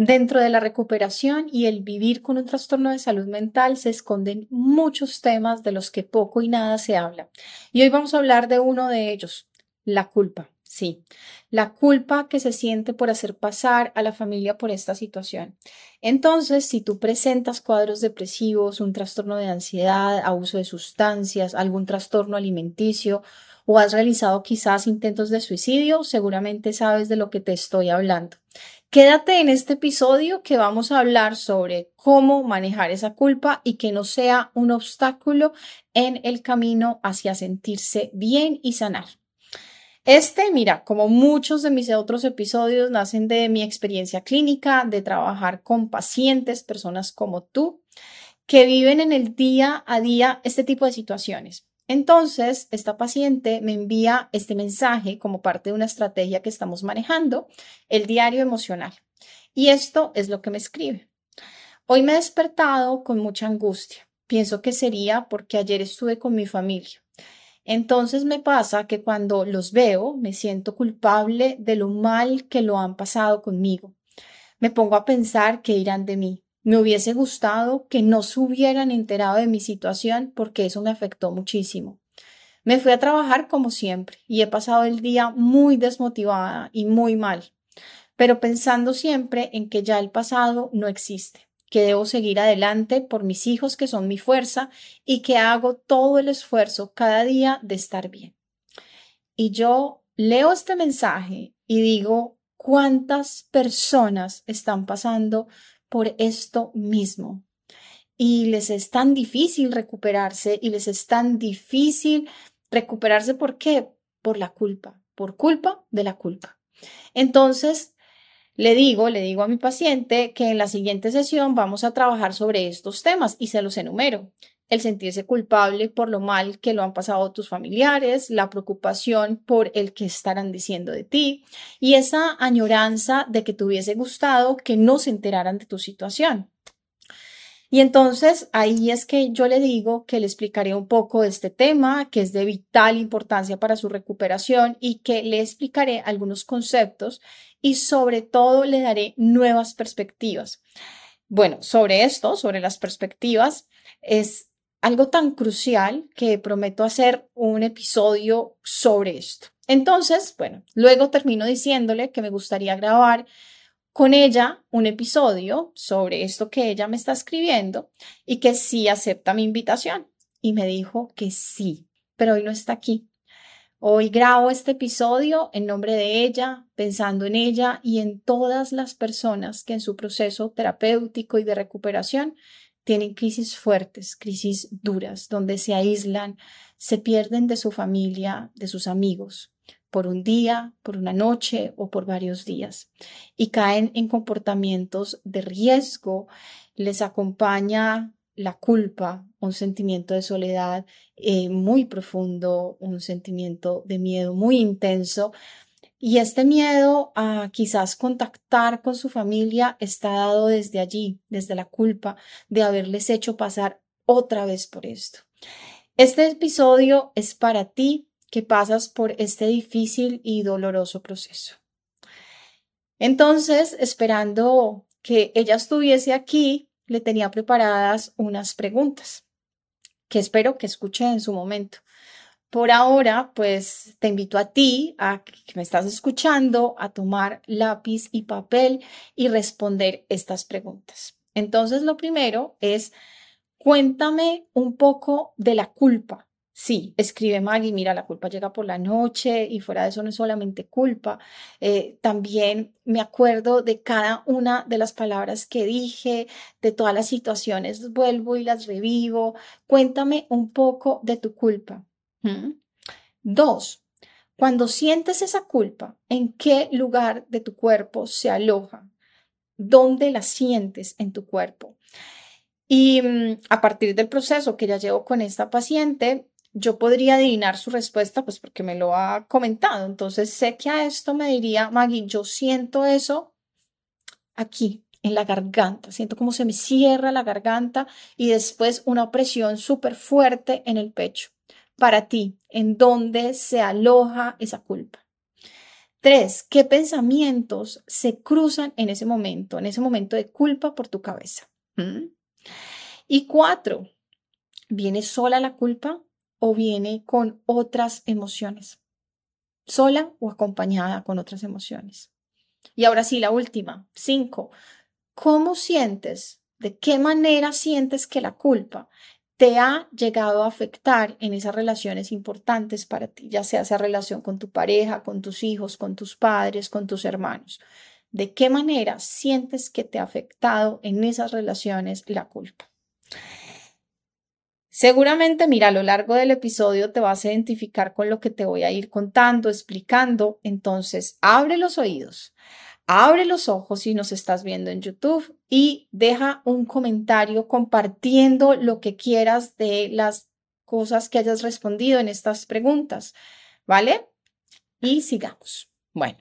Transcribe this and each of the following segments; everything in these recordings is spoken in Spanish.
Dentro de la recuperación y el vivir con un trastorno de salud mental se esconden muchos temas de los que poco y nada se habla. Y hoy vamos a hablar de uno de ellos, la culpa. Sí, la culpa que se siente por hacer pasar a la familia por esta situación. Entonces, si tú presentas cuadros depresivos, un trastorno de ansiedad, abuso de sustancias, algún trastorno alimenticio o has realizado quizás intentos de suicidio, seguramente sabes de lo que te estoy hablando. Quédate en este episodio que vamos a hablar sobre cómo manejar esa culpa y que no sea un obstáculo en el camino hacia sentirse bien y sanar. Mira, como muchos de mis otros episodios, nacen de mi experiencia clínica, de trabajar con pacientes, personas como tú, que viven en el día a día este tipo de situaciones. Entonces, esta paciente me envía este mensaje como parte de una estrategia que estamos manejando, el diario emocional. Y esto es lo que me escribe. Hoy me he despertado con mucha angustia. Pienso que sería porque ayer estuve con mi familia. Entonces me pasa que cuando los veo me siento culpable de lo mal que lo han pasado conmigo. Me pongo a pensar qué dirán de mí. Me hubiese gustado que no se hubieran enterado de mi situación porque eso me afectó muchísimo. Me fui a trabajar como siempre y he pasado el día muy desmotivada y muy mal, pero pensando siempre en que ya el pasado no existe, que debo seguir adelante por mis hijos que son mi fuerza y que hago todo el esfuerzo cada día de estar bien. Y yo leo este mensaje y digo, ¿cuántas personas están pasando por esto mismo? Y les es tan difícil recuperarse y les es tan difícil recuperarse. ¿Por qué? Por la culpa, por culpa de la culpa. Entonces, le digo a mi paciente que en la siguiente sesión vamos a trabajar sobre estos temas y se los enumero. El sentirse culpable por lo mal que lo han pasado tus familiares, la preocupación por el que estarán diciendo de ti y esa añoranza de que te hubiese gustado que no se enteraran de tu situación. Y entonces ahí es que yo le digo que le explicaré un poco de este tema, que es de vital importancia para su recuperación y que le explicaré algunos conceptos y sobre todo le daré nuevas perspectivas. Bueno, sobre esto, sobre las perspectivas, es algo tan crucial que prometo hacer un episodio sobre esto. Entonces, bueno, luego termino diciéndole que me gustaría grabar con ella un episodio sobre esto que ella me está escribiendo y que sí acepta mi invitación. Y me dijo que sí, pero hoy no está aquí. Hoy grabo este episodio en nombre de ella, pensando en ella y en todas las personas que en su proceso terapéutico y de recuperación tienen crisis fuertes, crisis duras, donde se aíslan, se pierden de su familia, de sus amigos, por un día, por una noche o por varios días, y caen en comportamientos de riesgo, les acompaña la culpa, un sentimiento de soledad muy profundo, un sentimiento de miedo muy intenso. Y este miedo a quizás contactar con su familia está dado desde allí, desde la culpa de haberles hecho pasar otra vez por esto. Este episodio es para ti que pasas por este difícil y doloroso proceso. Entonces, esperando que ella estuviese aquí, le tenía preparadas unas preguntas que espero que escuche en su momento. Por ahora, pues te invito a ti, a que me estás escuchando, a tomar lápiz y papel y responder estas preguntas. Entonces, lo primero es, cuéntame un poco de la culpa. Sí, escribe Maggie, mira, la culpa llega por la noche y fuera de eso no es solamente culpa. También me acuerdo de cada una de las palabras que dije, de todas las situaciones, vuelvo y las revivo. Cuéntame un poco de tu culpa. ¿Mm? Dos, cuando sientes esa culpa, ¿en qué lugar de tu cuerpo se aloja? ¿Dónde la sientes en tu cuerpo? Y a partir del proceso que ya llevo con esta paciente, yo podría adivinar su respuesta, pues porque me lo ha comentado. Entonces sé que a esto me diría, Maggie, yo siento eso aquí, en la garganta. Siento como se me cierra la garganta y después una presión súper fuerte en el pecho. Para ti, ¿en dónde se aloja esa culpa? 3, ¿qué pensamientos se cruzan en ese momento de culpa por tu cabeza? ¿Mm? Y 4, ¿viene sola la culpa o viene con otras emociones? ¿Sola o acompañada con otras emociones? Y ahora sí, la última, 5, ¿cómo sientes, de qué manera sientes que la culpa te ha llegado a afectar en esas relaciones importantes para ti, ya sea esa relación con tu pareja, con tus hijos, con tus padres, con tus hermanos? ¿De qué manera sientes que te ha afectado en esas relaciones la culpa? Seguramente, mira, a lo largo del episodio te vas a identificar con lo que te voy a ir contando, explicando. Entonces, abre los oídos. Abre los ojos si nos estás viendo en YouTube y deja un comentario compartiendo lo que quieras de las cosas que hayas respondido en estas preguntas, ¿vale? Y sigamos. Bueno.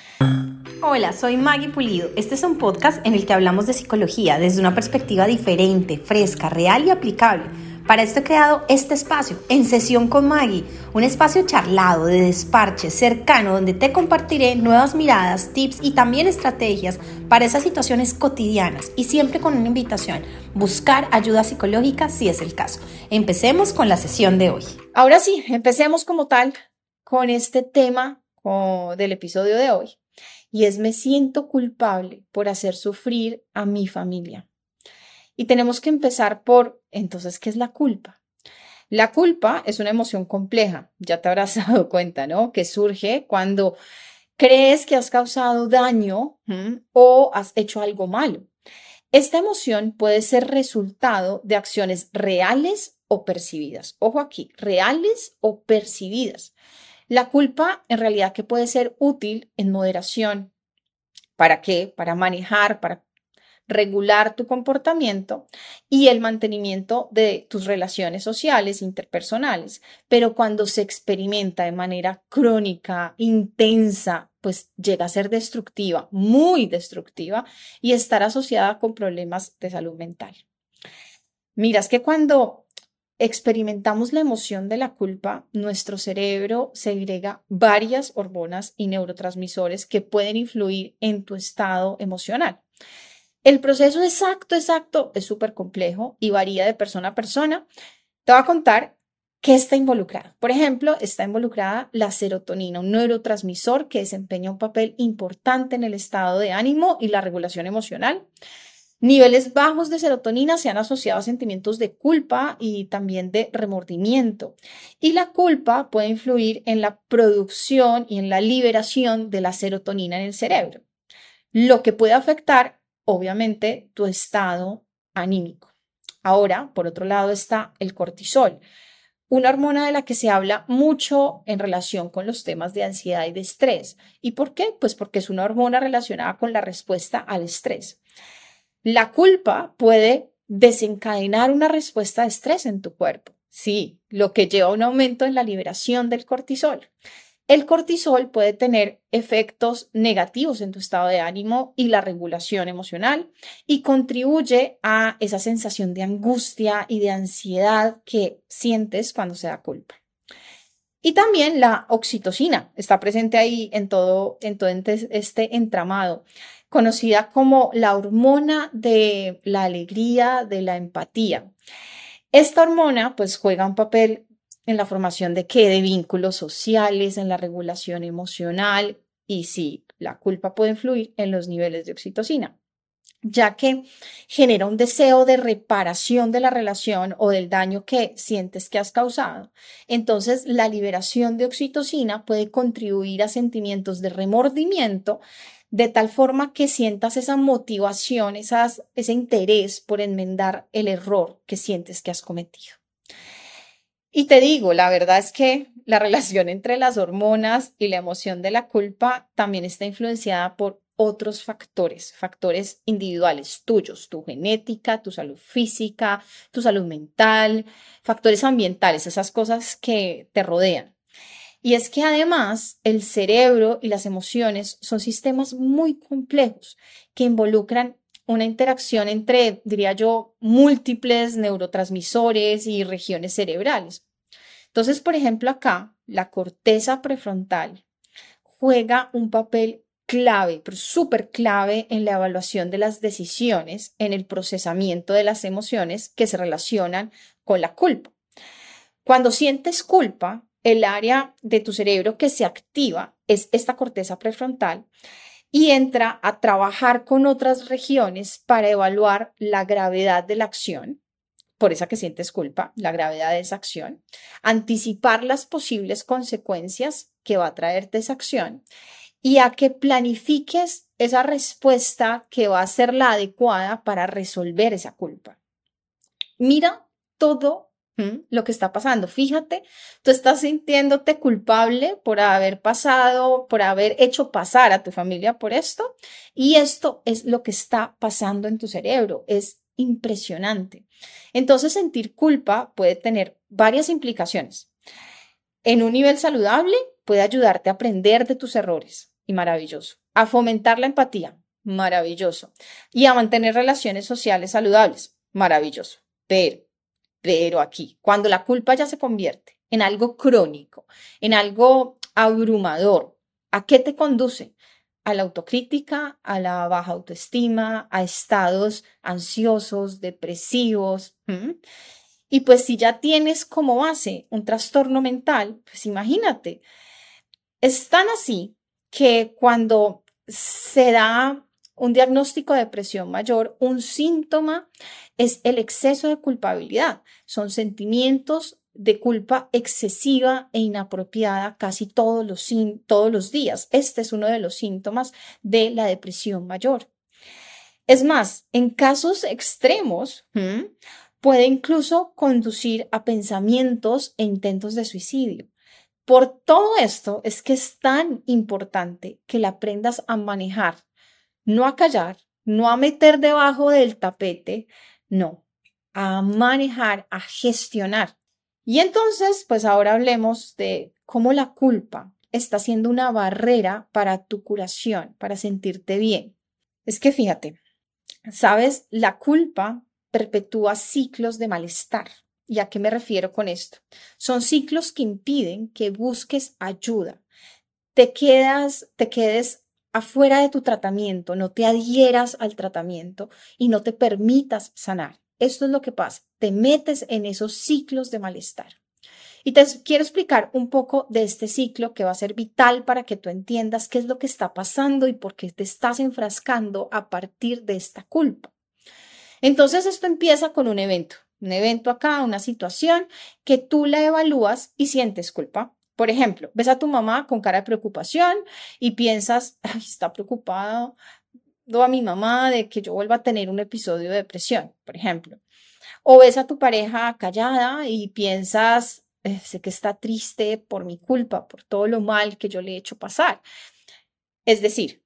Hola, soy Maggie Pulido. Este es un podcast en el que hablamos de psicología desde una perspectiva diferente, fresca, real y aplicable. Para esto he creado este espacio, En Sesión con Maggie, un espacio charlado, de desparche, cercano, donde te compartiré nuevas miradas, tips y también estrategias para esas situaciones cotidianas y siempre con una invitación, buscar ayuda psicológica si es el caso. Empecemos con la sesión de hoy. Ahora sí, empecemos como tal con este tema del episodio de hoy. Y es: me siento culpable por hacer sufrir a mi familia. Y tenemos que empezar por, entonces, ¿qué es la culpa? La culpa es una emoción compleja, ya te habrás dado cuenta, ¿no? Que surge cuando crees que has causado daño o has hecho algo malo. Esta emoción puede ser resultado de acciones reales o percibidas. Ojo aquí, reales o percibidas. La culpa en realidad que puede ser útil en moderación. ¿Para qué? Para manejar, para regular tu comportamiento y el mantenimiento de tus relaciones sociales, interpersonales. Pero cuando se experimenta de manera crónica, intensa, pues llega a ser destructiva, muy destructiva, y estar asociada con problemas de salud mental. Mira, es que cuando experimentamos la emoción de la culpa, nuestro cerebro segrega varias hormonas y neurotransmisores que pueden influir en tu estado emocional. El proceso exacto es súper complejo y varía de persona a persona. Te voy a contar qué está involucrado. Por ejemplo, está involucrada la serotonina, un neurotransmisor que desempeña un papel importante en el estado de ánimo y la regulación emocional. Niveles bajos de serotonina se han asociado a sentimientos de culpa y también de remordimiento. Y la culpa puede influir en la producción y en la liberación de la serotonina en el cerebro, lo que puede afectar, obviamente, tu estado anímico. Ahora, por otro lado, está el cortisol, una hormona de la que se habla mucho en relación con los temas de ansiedad y de estrés. ¿Y por qué? Pues porque es una hormona relacionada con la respuesta al estrés. La culpa puede desencadenar una respuesta de estrés en tu cuerpo, sí, lo que lleva a un aumento en la liberación del cortisol. El cortisol puede tener efectos negativos en tu estado de ánimo y la regulación emocional y contribuye a esa sensación de angustia y de ansiedad que sientes cuando se da culpa. Y también la oxitocina está presente ahí en todo este entramado, conocida como la hormona de la alegría, de la empatía. Esta hormona pues juega un papel en la formación de qué, de vínculos sociales, en la regulación emocional, y sí, la culpa puede influir en los niveles de oxitocina, ya que genera un deseo de reparación de la relación o del daño que sientes que has causado. Entonces, la liberación de oxitocina puede contribuir a sentimientos de remordimiento, de tal forma que sientas esa motivación, ese interés por enmendar el error que sientes que has cometido. Y te digo, la verdad es que la relación entre las hormonas y la emoción de la culpa también está influenciada por otros factores individuales tuyos, tu genética, tu salud física, tu salud mental, factores ambientales, esas cosas que te rodean. Y es que además el cerebro y las emociones son sistemas muy complejos que involucran una interacción entre, diría yo, múltiples neurotransmisores y regiones cerebrales. Entonces, por ejemplo, acá la corteza prefrontal juega un papel clave, pero súper clave en la evaluación de las decisiones, en el procesamiento de las emociones que se relacionan con la culpa. Cuando sientes culpa, el área de tu cerebro que se activa es esta corteza prefrontal y entra a trabajar con otras regiones para evaluar la gravedad de la acción, por esa que sientes culpa, la gravedad de esa acción, anticipar las posibles consecuencias que va a traerte esa acción y a que planifiques esa respuesta que va a ser la adecuada para resolver esa culpa. Mira todo lo que está pasando. Fíjate, tú estás sintiéndote culpable por haber pasado, por haber hecho pasar a tu familia por esto, y esto es lo que está pasando en tu cerebro. Es impresionante. Entonces, sentir culpa puede tener varias implicaciones. En un nivel saludable, puede ayudarte a aprender de tus errores, y maravilloso. A fomentar la empatía, maravilloso. Y a mantener relaciones sociales saludables, maravilloso. Pero aquí, cuando la culpa ya se convierte en algo crónico, en algo abrumador, ¿a qué te conduce? A la autocrítica, a la baja autoestima, a estados ansiosos, depresivos. Y pues si ya tienes como base un trastorno mental, pues imagínate, es tan así que cuando se da un diagnóstico de depresión mayor, un síntoma es el exceso de culpabilidad. Son sentimientos de culpa excesiva e inapropiada casi todos los días. Este es uno de los síntomas de la depresión mayor. Es más, en casos extremos, puede incluso conducir a pensamientos e intentos de suicidio. Por todo esto es que es tan importante que la aprendas a manejar, no a callar, no a meter debajo del tapete, no, a manejar, a gestionar. Y entonces, pues ahora hablemos de cómo la culpa está siendo una barrera para tu curación, para sentirte bien. Es que fíjate, ¿sabes? La culpa perpetúa ciclos de malestar. ¿Y a qué me refiero con esto? Son ciclos que impiden que busques ayuda, te quedes afuera de tu tratamiento, no te adhieras al tratamiento y no te permitas sanar. Esto es lo que pasa, te metes en esos ciclos de malestar. Y te quiero explicar un poco de este ciclo que va a ser vital para que tú entiendas qué es lo que está pasando y por qué te estás enfrascando a partir de esta culpa. Entonces, esto empieza con un evento acá, una situación que tú la evalúas y sientes culpa. Por ejemplo, ves a tu mamá con cara de preocupación y piensas, ay, está preocupado a mi mamá de que yo vuelva a tener un episodio de depresión, por ejemplo. O ves a tu pareja callada y piensas, sé que está triste por mi culpa, por todo lo mal que yo le he hecho pasar. Es decir,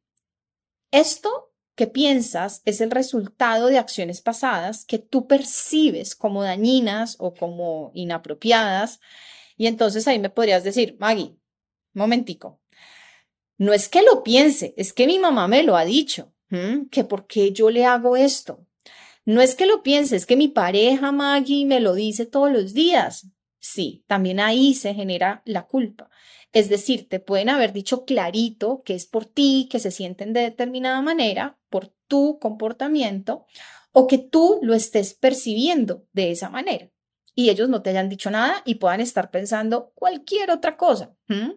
esto que piensas es el resultado de acciones pasadas que tú percibes como dañinas o como inapropiadas. Y entonces ahí me podrías decir, Maggie, un momentico, no es que lo piense, es que mi mamá me lo ha dicho, que por qué yo le hago esto. No es que lo piense, es que mi pareja Maggie me lo dice todos los días. Sí, también ahí se genera la culpa. Es decir, te pueden haber dicho clarito que es por ti, que se sienten de determinada manera, por tu comportamiento, o que tú lo estés percibiendo de esa manera. Y ellos no te hayan dicho nada y puedan estar pensando cualquier otra cosa.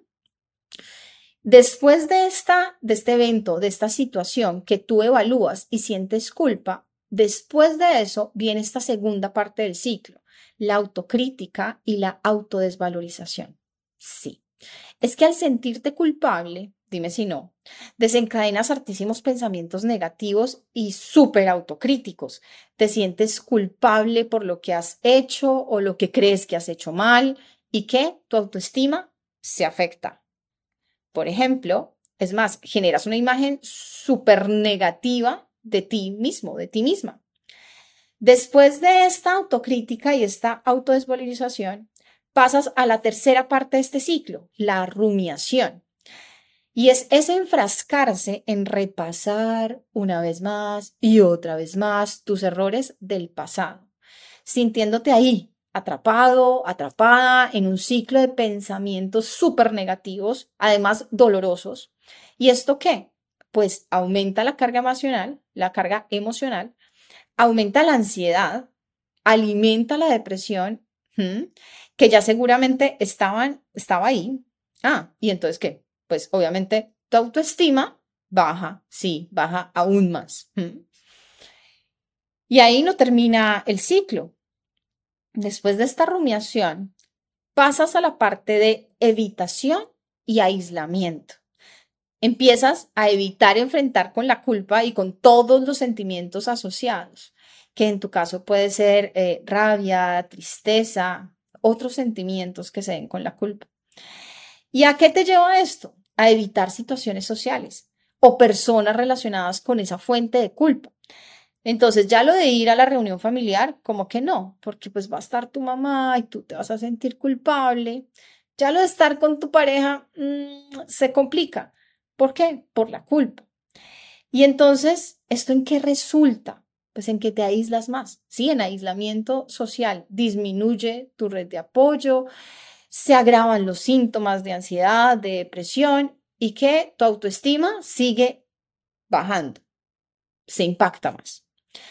Después de este evento, de esta situación que tú evalúas y sientes culpa, después de eso viene esta segunda parte del ciclo, la autocrítica y la autodesvalorización. Sí, es que al sentirte culpable, dime si no, desencadenas hartísimos pensamientos negativos y súper autocríticos. Te sientes culpable por lo que has hecho o lo que crees que has hecho mal y que tu autoestima se afecta. Por ejemplo, es más, generas una imagen súper negativa de ti mismo, de ti misma. Después de esta autocrítica y esta autodesvalorización, pasas a la tercera parte de este ciclo, la rumiación. Y es ese enfrascarse en repasar una vez más y otra vez más tus errores del pasado, sintiéndote ahí, atrapado, atrapada en un ciclo de pensamientos súper negativos, además dolorosos. ¿Y esto qué? Pues aumenta la carga emocional, aumenta la ansiedad, alimenta la depresión, que ya seguramente estaba ahí. ¿Y entonces qué? Pues obviamente tu autoestima baja, sí, baja aún más. Y ahí no termina el ciclo. Después de esta rumiación, pasas a la parte de evitación y aislamiento. Empiezas a evitar enfrentar con la culpa y con todos los sentimientos asociados, que en tu caso puede ser rabia, tristeza, otros sentimientos que se den con la culpa. ¿Y a qué te lleva esto? A evitar situaciones sociales o personas relacionadas con esa fuente de culpa. Entonces ya lo de ir a la reunión familiar, como que no, porque pues va a estar tu mamá y tú te vas a sentir culpable. Ya lo de estar con tu pareja se complica. ¿Por qué? Por la culpa. Y entonces, ¿esto en qué resulta? Pues en que te aíslas más, ¿sí? En aislamiento social disminuye tu red de apoyo, se agravan los síntomas de ansiedad, de depresión y que tu autoestima sigue bajando, se impacta más.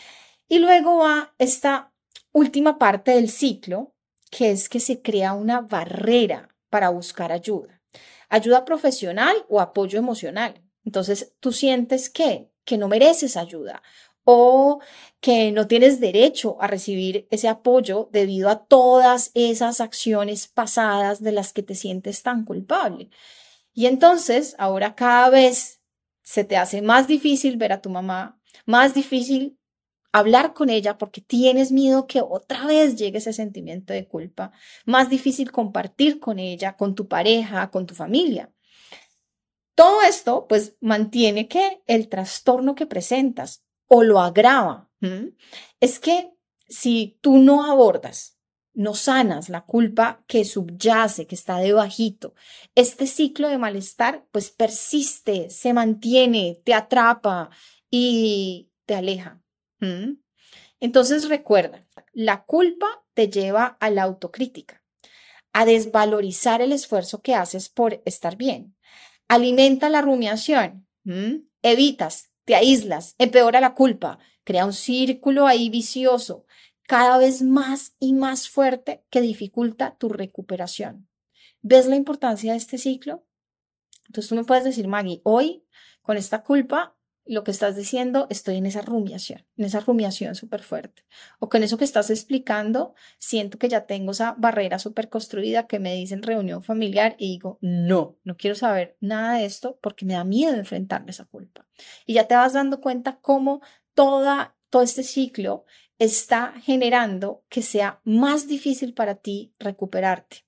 Y luego va esta última parte del ciclo, que es que se crea una barrera para buscar ayuda, ayuda profesional o apoyo emocional. Entonces tú sientes que no mereces ayuda o que no tienes derecho a recibir ese apoyo debido a todas esas acciones pasadas de las que te sientes tan culpable. Y entonces ahora cada vez se te hace más difícil ver a tu mamá, más difícil hablar con ella porque tienes miedo que otra vez llegue ese sentimiento de culpa, más difícil compartir con ella, con tu pareja, con tu familia. Todo esto pues mantiene que el trastorno que presentas o lo agrava. Es que si tú no abordas, no sanas la culpa que subyace, que está debajito, este ciclo de malestar pues persiste, se mantiene, te atrapa y te aleja. Entonces recuerda, la culpa te lleva a la autocrítica, a desvalorizar el esfuerzo que haces por estar bien. Alimenta la rumiación, evitas, te aíslas, empeora la culpa, crea un círculo ahí vicioso, cada vez más y más fuerte que dificulta tu recuperación. ¿Ves la importancia de este ciclo? Entonces tú me puedes decir, Maggie, hoy con esta culpa, lo que estás diciendo, estoy en esa rumiación súper fuerte. O con eso que estás explicando, siento que ya tengo esa barrera súper construida que me dicen reunión familiar y digo, no, no quiero saber nada de esto porque me da miedo enfrentarme a esa culpa. Y ya te vas dando cuenta cómo todo este ciclo está generando que sea más difícil para ti recuperarte.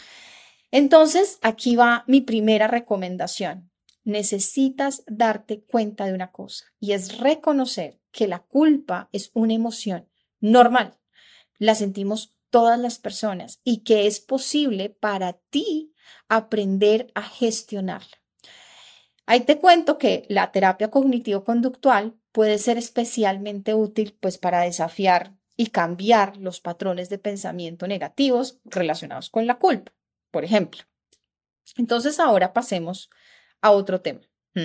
Entonces, aquí va mi primera recomendación. Necesitas darte cuenta de una cosa y es reconocer que la culpa es una emoción normal. La sentimos todas las personas y que es posible para ti aprender a gestionarla. Ahí te cuento que la terapia cognitivo-conductual puede ser especialmente útil pues para desafiar y cambiar los patrones de pensamiento negativos relacionados con la culpa, por ejemplo. Entonces ahora pasemos a otro tema.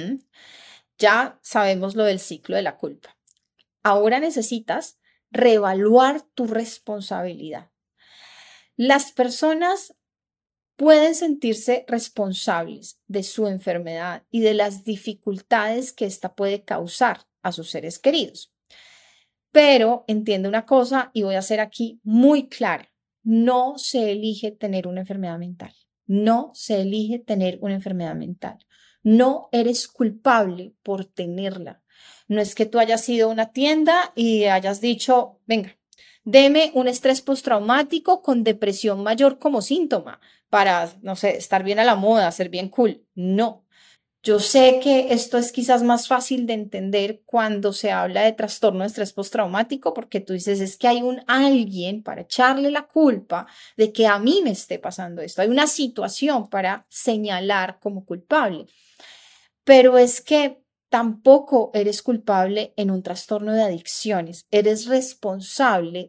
Ya sabemos lo del ciclo de la culpa. Ahora necesitas reevaluar tu responsabilidad. Las personas pueden sentirse responsables de su enfermedad y de las dificultades que ésta puede causar a sus seres queridos. Pero entiende una cosa y voy a ser aquí muy clara. No se elige tener una enfermedad mental. No se elige tener una enfermedad mental. No eres culpable por tenerla. No es que tú hayas ido a una tienda y hayas dicho, venga, deme un estrés postraumático con depresión mayor como síntoma para, no sé, estar bien a la moda, ser bien cool. No. Yo sé que esto es quizás más fácil de entender cuando se habla de trastorno de estrés postraumático, porque tú dices, es que hay un alguien para echarle la culpa de que a mí me esté pasando esto. Hay una situación para señalar como culpable. Pero es que tampoco eres culpable en un trastorno de adicciones. Eres responsable de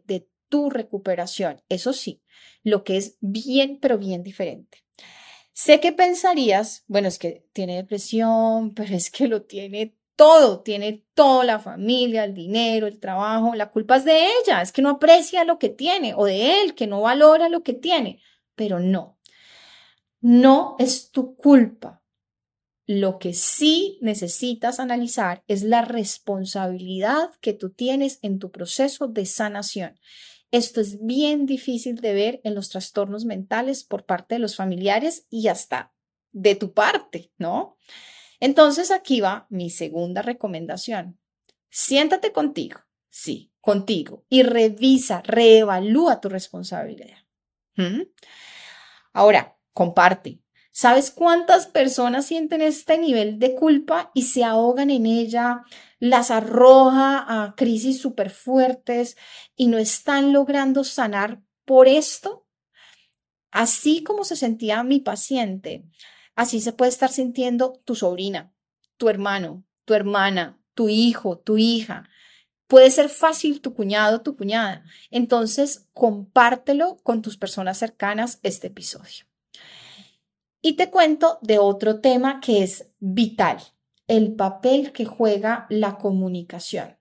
tu recuperación. Eso sí, lo que es bien, pero bien diferente. Sé que pensarías, bueno, es que tiene depresión, pero es que lo tiene todo, la familia, el dinero, el trabajo, la culpa es de ella, es que no aprecia lo que tiene, o de él, que no valora lo que tiene, pero no, no es tu culpa. Lo que sí necesitas analizar es la responsabilidad que tú tienes en tu proceso de sanación. Esto es bien difícil de ver en los trastornos mentales por parte de los familiares y hasta de tu parte, ¿no? Entonces aquí va mi segunda recomendación. Siéntate contigo, sí, contigo, y revisa, reevalúa tu responsabilidad. ¿Mm? Ahora, comparte. ¿Sabes cuántas personas sienten este nivel de culpa y se ahogan en ella, las arroja a crisis súper fuertes y no están logrando sanar por esto? Así como se sentía mi paciente, así se puede estar sintiendo tu sobrina, tu hermano, tu hermana, tu hijo, tu hija. Puede ser fácil tu cuñado, tu cuñada. Entonces, compártelo con tus personas cercanas este episodio. Y te cuento de otro tema que es vital, el papel que juega la comunicación.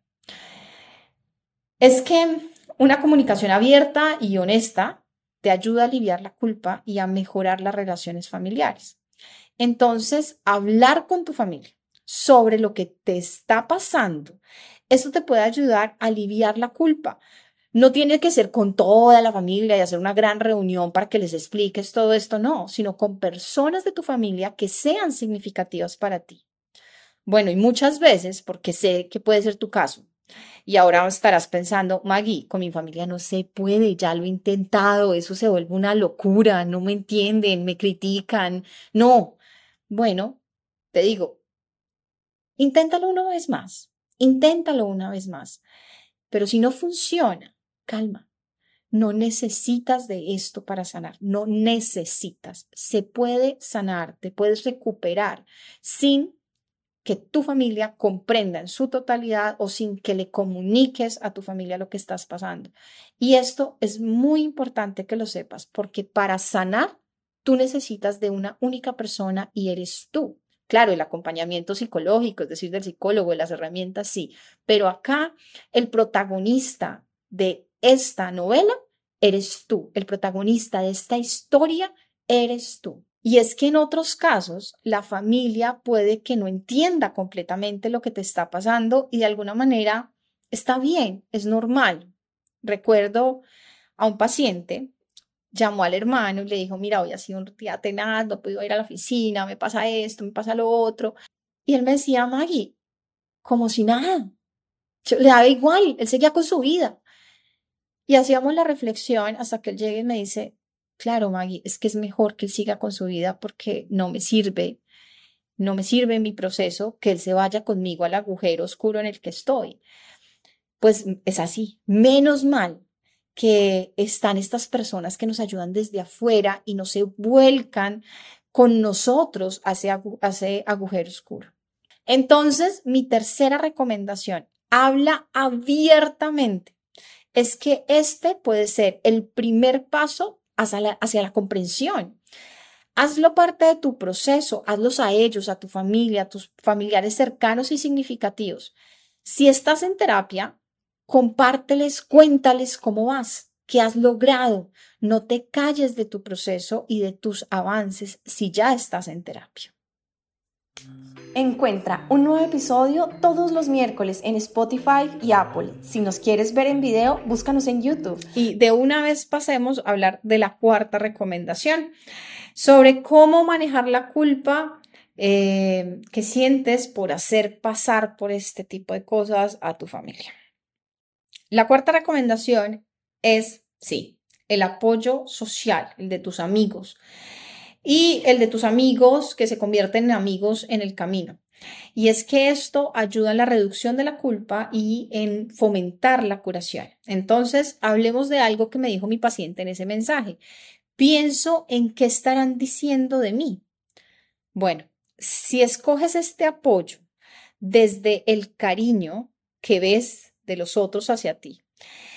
Es que una comunicación abierta y honesta te ayuda a aliviar la culpa y a mejorar las relaciones familiares. Entonces, hablar con tu familia sobre lo que te está pasando, esto te puede ayudar a aliviar la culpa. No tiene que ser con toda la familia y hacer una gran reunión para que les expliques todo esto, no, sino con personas de tu familia que sean significativas para ti. Bueno, y muchas veces, porque sé que puede ser tu caso, y ahora estarás pensando, Maggie, con mi familia no se puede, ya lo he intentado, eso se vuelve una locura, no me entienden, me critican. No, bueno, te digo, inténtalo una vez más, pero si no funciona, calma. No necesitas de esto para sanar, no necesitas. Se puede sanar, te puedes recuperar sin que tu familia comprenda en su totalidad o sin que le comuniques a tu familia lo que estás pasando. Y esto es muy importante que lo sepas porque para sanar tú necesitas de una única persona y eres tú. Claro, el acompañamiento psicológico, es decir, del psicólogo, de las herramientas, sí, pero acá el protagonista de esta novela eres tú, el protagonista de esta historia eres tú. Y es que en otros casos la familia puede que no entienda completamente lo que te está pasando y de alguna manera está bien, es normal. Recuerdo a un paciente, llamó al hermano y le dijo, mira, hoy ha sido un día tenaz, no puedo ir a la oficina, me pasa esto, me pasa lo otro. Y él me decía, Maggie, como si nada, le daba igual, él seguía con su vida. Y hacíamos la reflexión hasta que él llegue y me dice, claro, Maggie, es que es mejor que él siga con su vida porque no me sirve en mi proceso que él se vaya conmigo al agujero oscuro en el que estoy. Pues es así, menos mal que están estas personas que nos ayudan desde afuera y no se vuelcan con nosotros a ese agujero oscuro. Entonces, mi tercera recomendación, habla abiertamente. Es que este puede ser el primer paso hacia la comprensión. Hazlo parte de tu proceso, hazlos a ellos, a tu familia, a tus familiares cercanos y significativos. Si estás en terapia, compárteles, cuéntales cómo vas, qué has logrado. No te calles de tu proceso y de tus avances si ya estás en terapia. Encuentra un nuevo episodio todos los miércoles en Spotify y Apple. Si nos quieres ver en video, búscanos en YouTube. Y de una vez pasemos a hablar de la cuarta recomendación, sobre cómo manejar la culpa que sientes por hacer pasar por este tipo de cosas a tu familia. La cuarta recomendación es, sí, el apoyo social, el de tus amigos y el de tus amigos que se convierten en amigos en el camino. Y es que esto ayuda en la reducción de la culpa y en fomentar la curación. Entonces, hablemos de algo que me dijo mi paciente en ese mensaje. Pienso en qué estarán diciendo de mí. Bueno, si escoges este apoyo desde el cariño que ves de los otros hacia ti,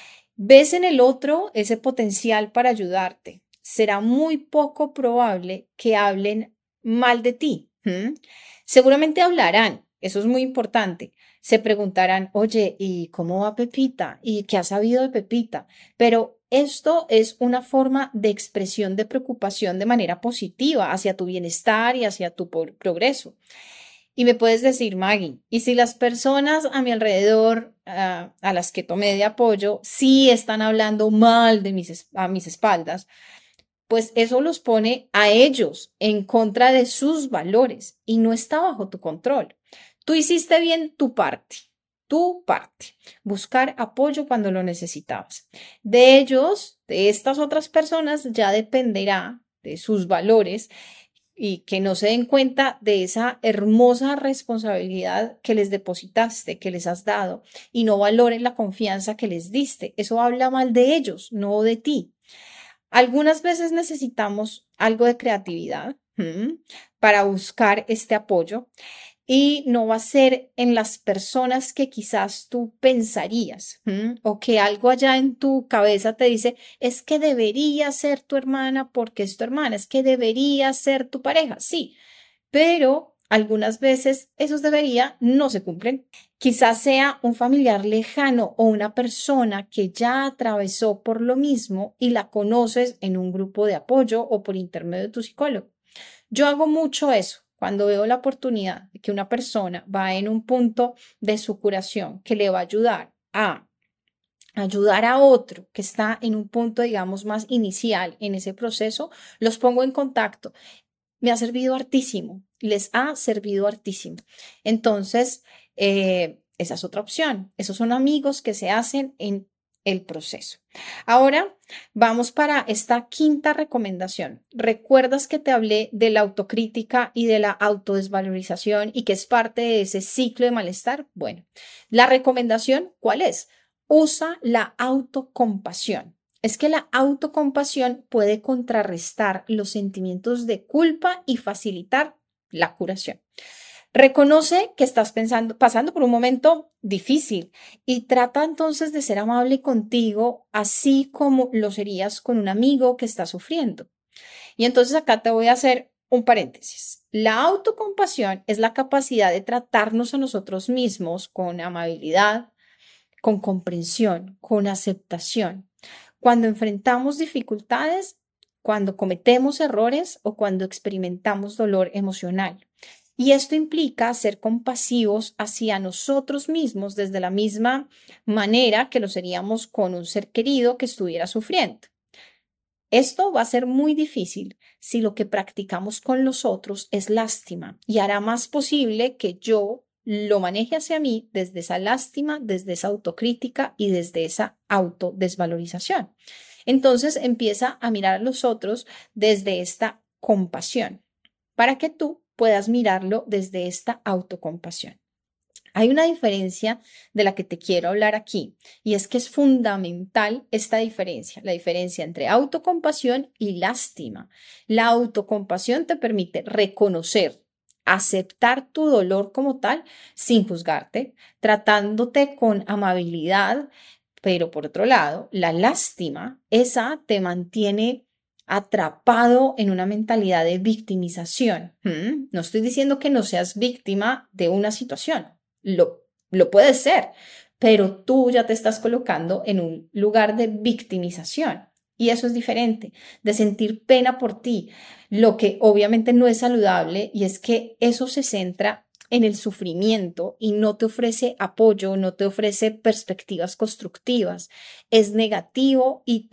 ves en el otro ese potencial para ayudarte. Será muy poco probable que hablen mal de ti. Seguramente hablarán, eso es muy importante. Se preguntarán, oye, ¿y cómo va Pepita? ¿Y qué has sabido de Pepita? Pero esto es una forma de expresión de preocupación de manera positiva hacia tu bienestar y hacia tu progreso. Y me puedes decir, Maggie, ¿y si las personas a mi alrededor, a las que tomé de apoyo, sí están hablando mal de a mis espaldas? Pues eso los pone a ellos en contra de sus valores y no está bajo tu control. Tú hiciste bien tu parte, buscar apoyo cuando lo necesitabas. De ellos, de estas otras personas, ya dependerá de sus valores y que no se den cuenta de esa hermosa responsabilidad que les depositaste, que les has dado y no valoren la confianza que les diste. Eso habla mal de ellos, no de ti. Algunas veces necesitamos algo de creatividad para buscar este apoyo y no va a ser en las personas que quizás tú pensarías o que algo allá en tu cabeza te dice, es que debería ser tu hermana porque es tu hermana, es que debería ser tu pareja, sí, pero algunas veces esos debería no se cumplen. Quizás sea un familiar lejano o una persona que ya atravesó por lo mismo y la conoces en un grupo de apoyo o por intermedio de tu psicólogo. Yo hago mucho eso. Cuando veo la oportunidad de que una persona va en un punto de su curación que le va a ayudar a otro que está en un punto, digamos, más inicial en ese proceso, los pongo en contacto. Me ha servido hartísimo, les ha servido hartísimo. Entonces, esa es otra opción. Esos son amigos que se hacen en el proceso. Ahora vamos para esta quinta recomendación. ¿Recuerdas que te hablé de la autocrítica y de la autodesvalorización y que es parte de ese ciclo de malestar? Bueno, la recomendación, ¿cuál es? Usa la autocompasión. Es que la autocompasión puede contrarrestar los sentimientos de culpa y facilitar la curación. Reconoce que estás pasando por un momento difícil y trata entonces de ser amable contigo, así como lo serías con un amigo que está sufriendo. Y entonces acá te voy a hacer un paréntesis. La autocompasión es la capacidad de tratarnos a nosotros mismos con amabilidad, con comprensión, con aceptación. Cuando enfrentamos dificultades, cuando cometemos errores o cuando experimentamos dolor emocional. Y esto implica ser compasivos hacia nosotros mismos desde la misma manera que lo seríamos con un ser querido que estuviera sufriendo. Esto va a ser muy difícil si lo que practicamos con los otros es lástima y hará más posible que yo lo maneje hacia mí desde esa lástima, desde esa autocrítica y desde esa autodesvalorización. Entonces empieza a mirar a los otros desde esta compasión para que tú puedas mirarlo desde esta autocompasión. Hay una diferencia de la que te quiero hablar aquí y es que es fundamental esta diferencia, la diferencia entre autocompasión y lástima. La autocompasión te permite reconocer, aceptar tu dolor como tal sin juzgarte, tratándote con amabilidad, pero por otro lado, la lástima, esa te mantiene atrapado en una mentalidad de victimización. No estoy diciendo que no seas víctima de una situación. Lo puedes ser, pero tú ya te estás colocando en un lugar de victimización y eso es diferente, de sentir pena por ti, lo que obviamente no es saludable y es que eso se centra en el sufrimiento y no te ofrece apoyo, no te ofrece perspectivas constructivas, es negativo y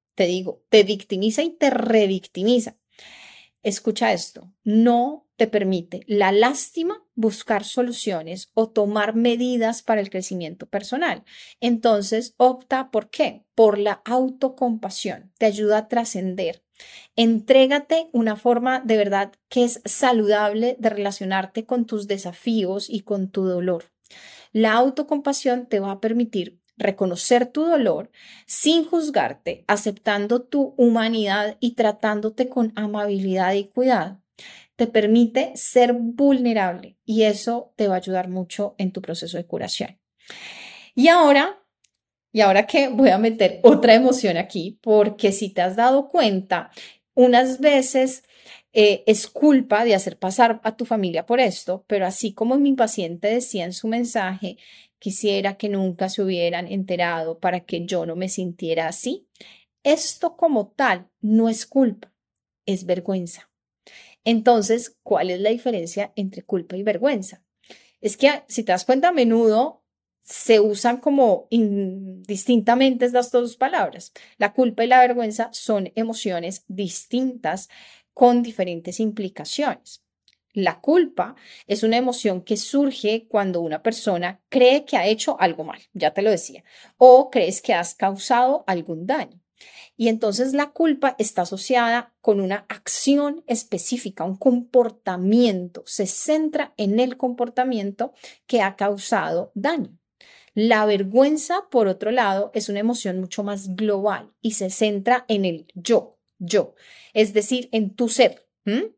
te victimiza y te revictimiza. Escucha esto, no te permite la lástima buscar soluciones o tomar medidas para el crecimiento personal. Entonces, opta ¿por qué? Por la autocompasión. Te ayuda a trascender. Entrégate una forma de verdad que es saludable de relacionarte con tus desafíos y con tu dolor. La autocompasión te va a permitir reconocer tu dolor sin juzgarte, aceptando tu humanidad y tratándote con amabilidad y cuidado. Te permite ser vulnerable y eso te va a ayudar mucho en tu proceso de curación. Y ahora Y ahora que voy a meter otra emoción aquí, porque si te has dado cuenta, unas veces es culpa de hacer pasar a tu familia por esto, pero así como mi paciente decía en su mensaje, quisiera que nunca se hubieran enterado para que yo no me sintiera así. Esto como tal no es culpa, es vergüenza. Entonces, ¿cuál es la diferencia entre culpa y vergüenza? Es que si te das cuenta, a menudo se usan como indistintamente estas dos palabras. La culpa y la vergüenza son emociones distintas con diferentes implicaciones. La culpa es una emoción que surge cuando una persona cree que ha hecho algo mal, ya te lo decía, o crees que has causado algún daño. Y entonces la culpa está asociada con una acción específica, un comportamiento, se centra en el comportamiento que ha causado daño. La vergüenza, por otro lado, es una emoción mucho más global y se centra en el yo, es decir, en tu ser,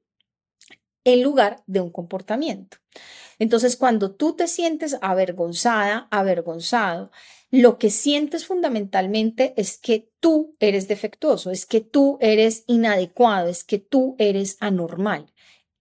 en lugar de un comportamiento. Entonces, cuando tú te sientes avergonzada, avergonzado, lo que sientes fundamentalmente es que tú eres defectuoso, es que tú eres inadecuado, es que tú eres anormal.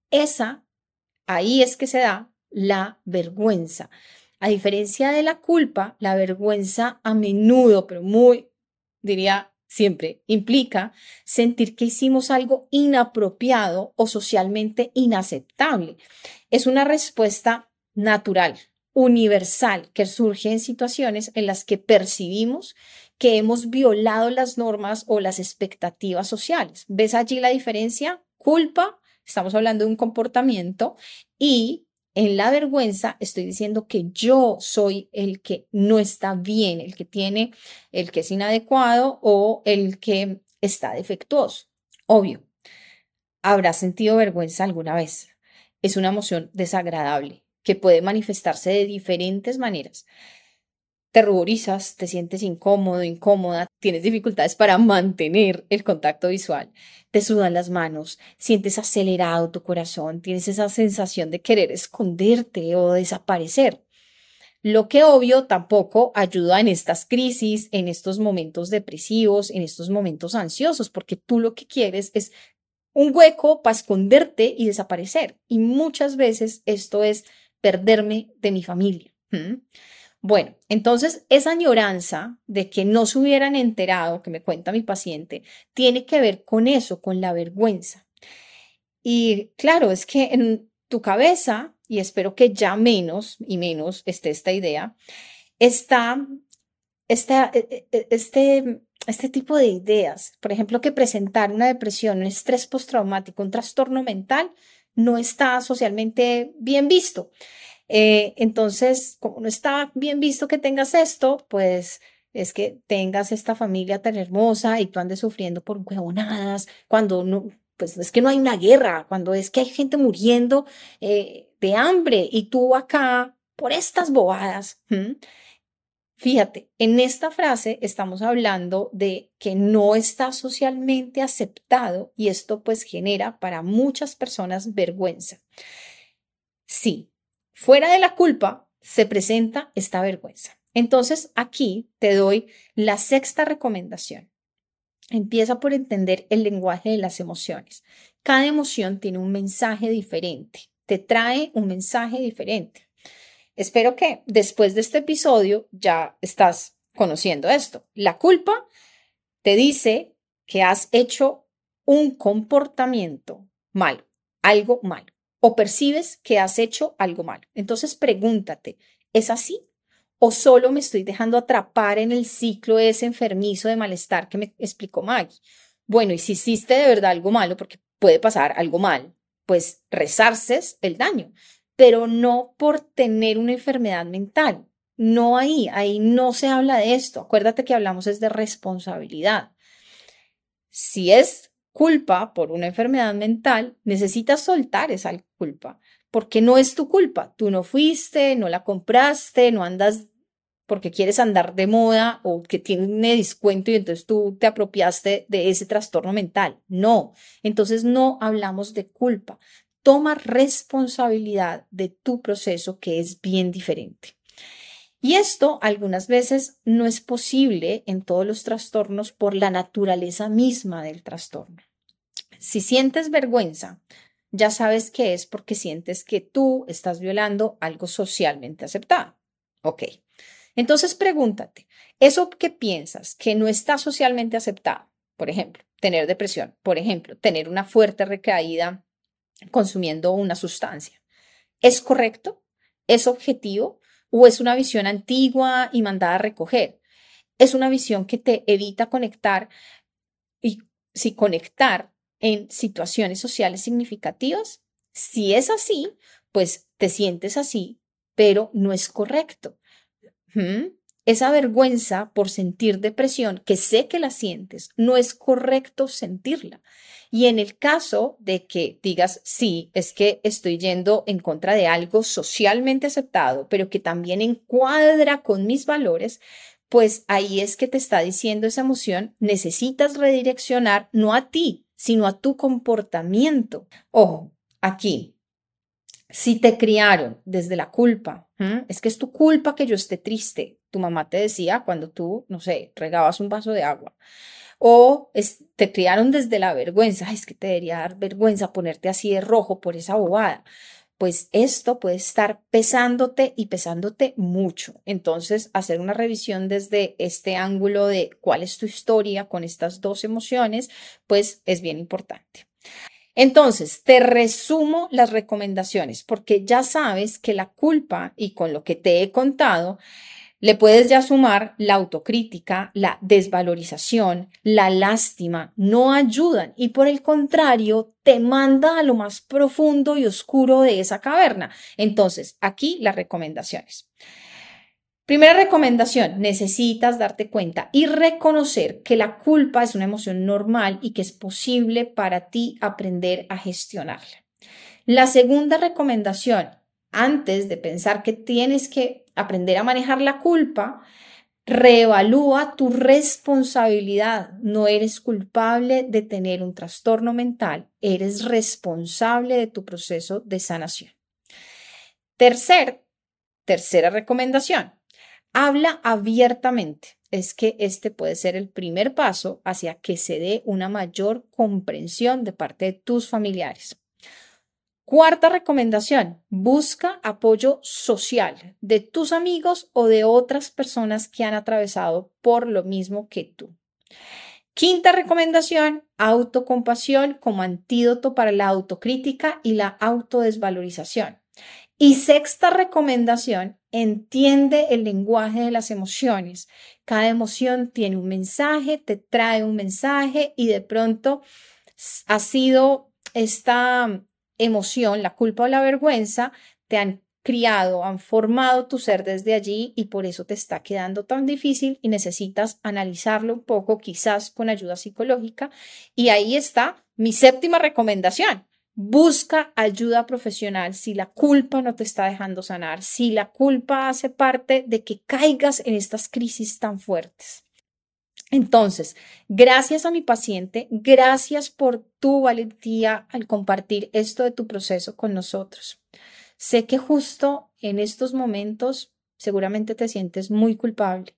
Ahí es que se da la vergüenza. A diferencia de la culpa, la vergüenza a menudo, pero muy, diría siempre, implica sentir que hicimos algo inapropiado o socialmente inaceptable. Es una respuesta natural, universal, que surge en situaciones en las que percibimos que hemos violado las normas o las expectativas sociales. ¿Ves allí la diferencia? Culpa, estamos hablando de un comportamiento, y en la vergüenza estoy diciendo que yo soy el que no está bien, el que es inadecuado o el que está defectuoso. Obvio, habrás sentido vergüenza alguna vez. Es una emoción desagradable que puede manifestarse de diferentes maneras. Te ruborizas, te sientes incómodo, incómoda, tienes dificultades para mantener el contacto visual, te sudan las manos, sientes acelerado tu corazón, tienes esa sensación de querer esconderte o desaparecer. Lo que obvio tampoco ayuda en estas crisis, en estos momentos depresivos, en estos momentos ansiosos, porque tú lo que quieres es un hueco para esconderte y desaparecer. Y muchas veces esto es perderme de mi familia. Bueno, entonces esa añoranza de que no se hubieran enterado, que me cuenta mi paciente, tiene que ver con eso, con la vergüenza. Y claro, es que en tu cabeza, y espero que ya menos y menos esté esta idea, está este tipo de ideas. Por ejemplo, que presentar una depresión, un estrés postraumático, un trastorno mental, no está socialmente bien visto. Entonces, como no está bien visto que tengas esto, pues es que tengas esta familia tan hermosa y tú andes sufriendo por huevonadas, cuando no, pues es que no hay una guerra, cuando es que hay gente muriendo de hambre y tú acá por estas bobadas. Fíjate, en esta frase estamos hablando de que no está socialmente aceptado y esto pues genera para muchas personas vergüenza. Sí, fuera de la culpa se presenta esta vergüenza. Entonces aquí te doy la sexta recomendación. Empieza por entender el lenguaje de las emociones. Cada emoción tiene un mensaje diferente, te trae un mensaje diferente. Espero que después de este episodio ya estás conociendo esto. La culpa te dice que has hecho un comportamiento malo, algo malo, o percibes que has hecho algo malo. Entonces pregúntate, ¿es así? ¿O solo me estoy dejando atrapar en el ciclo ese enfermizo de malestar que me explicó Maggie? Bueno, y si hiciste de verdad algo malo, porque puede pasar algo mal, pues resarces el daño, pero no por tener una enfermedad mental. No ahí no se habla de esto. Acuérdate que hablamos es de responsabilidad. Si es culpa por una enfermedad mental, necesitas soltar esa culpa, porque no es tu culpa. Tú no fuiste, no la compraste, no andas porque quieres andar de moda o que tiene descuento y entonces tú te apropiaste de ese trastorno mental. No, entonces no hablamos de culpa. Toma responsabilidad de tu proceso, que es bien diferente. Y esto algunas veces no es posible en todos los trastornos por la naturaleza misma del trastorno. Si sientes vergüenza, ya sabes que es porque sientes que tú estás violando algo socialmente aceptado. Ok. Entonces pregúntate, ¿eso que piensas que no está socialmente aceptado? Por ejemplo, tener depresión, por ejemplo, tener una fuerte recaída consumiendo una sustancia. ¿Es correcto? ¿Es objetivo? ¿O es una visión antigua y mandada a recoger? Es una visión que te evita conectar y si conectar en situaciones sociales significativas. Si es así, pues te sientes así, pero no es correcto. Esa vergüenza por sentir depresión, que sé que la sientes, no es correcto sentirla. Y en el caso de que digas, sí, es que estoy yendo en contra de algo socialmente aceptado, pero que también encuadra con mis valores, pues ahí es que te está diciendo esa emoción, necesitas redireccionar no a ti, sino a tu comportamiento. Ojo, aquí. Si te criaron desde la culpa, es que es tu culpa que yo esté triste, tu mamá te decía cuando tú, no sé, regabas un vaso de agua, o te criaron desde la vergüenza, es que te debería dar vergüenza ponerte así de rojo por esa bobada, pues esto puede estar pesándote y pesándote mucho. Entonces, hacer una revisión desde este ángulo de cuál es tu historia con estas dos emociones, pues es bien importante. Entonces, te resumo las recomendaciones porque ya sabes que la culpa y con lo que te he contado, le puedes ya sumar la autocrítica, la desvalorización, la lástima, no ayudan y por el contrario te manda a lo más profundo y oscuro de esa caverna. Entonces, aquí las recomendaciones. Primera recomendación, necesitas darte cuenta y reconocer que la culpa es una emoción normal y que es posible para ti aprender a gestionarla. La segunda recomendación, antes de pensar que tienes que aprender a manejar la culpa, reevalúa tu responsabilidad. No eres culpable de tener un trastorno mental, eres responsable de tu proceso de sanación. Tercera recomendación. Habla abiertamente. Es que este puede ser el primer paso hacia que se dé una mayor comprensión de parte de tus familiares. Cuarta recomendación, busca apoyo social de tus amigos o de otras personas que han atravesado por lo mismo que tú. Quinta recomendación, autocompasión como antídoto para la autocrítica y la autodesvalorización. Y sexta recomendación, entiende el lenguaje de las emociones. Cada emoción tiene un mensaje, te trae un mensaje y de pronto ha sido esta emoción, la culpa o la vergüenza, te han criado, han formado tu ser desde allí y por eso te está quedando tan difícil y necesitas analizarlo un poco, quizás con ayuda psicológica. Y ahí está mi séptima recomendación. Busca ayuda profesional si la culpa no te está dejando sanar, si la culpa hace parte de que caigas en estas crisis tan fuertes. Entonces, gracias a mi paciente, gracias por tu valentía al compartir esto de tu proceso con nosotros. Sé que justo en estos momentos seguramente te sientes muy culpable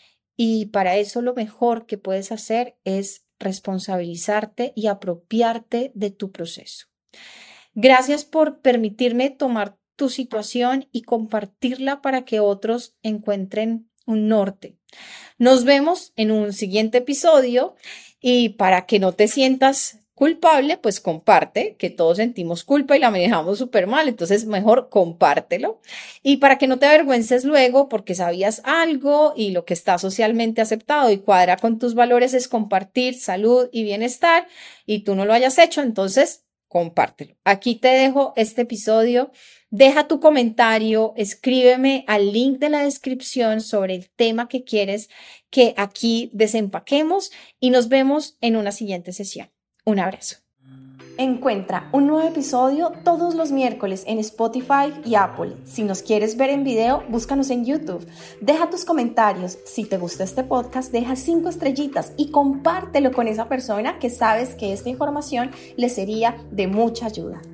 y para eso lo mejor que puedes hacer es responsabilizarte y apropiarte de tu proceso. Gracias por permitirme tomar tu situación y compartirla para que otros encuentren un norte. Nos vemos en un siguiente episodio y para que no te sientas culpable, pues comparte, que todos sentimos culpa y la manejamos súper mal, entonces mejor compártelo. Y para que no te avergüences luego porque sabías algo y lo que está socialmente aceptado y cuadra con tus valores es compartir salud y bienestar y tú no lo hayas hecho, entonces compártelo. Aquí te dejo este episodio. Deja tu comentario, escríbeme al link de la descripción sobre el tema que quieres que aquí desempaquemos y nos vemos en una siguiente sesión. Un abrazo. Encuentra un nuevo episodio todos los miércoles en Spotify y Apple. Si nos quieres ver en video, búscanos en YouTube. Deja tus comentarios. Si te gusta este podcast, deja 5 estrellitas y compártelo con esa persona que sabes que esta información le sería de mucha ayuda.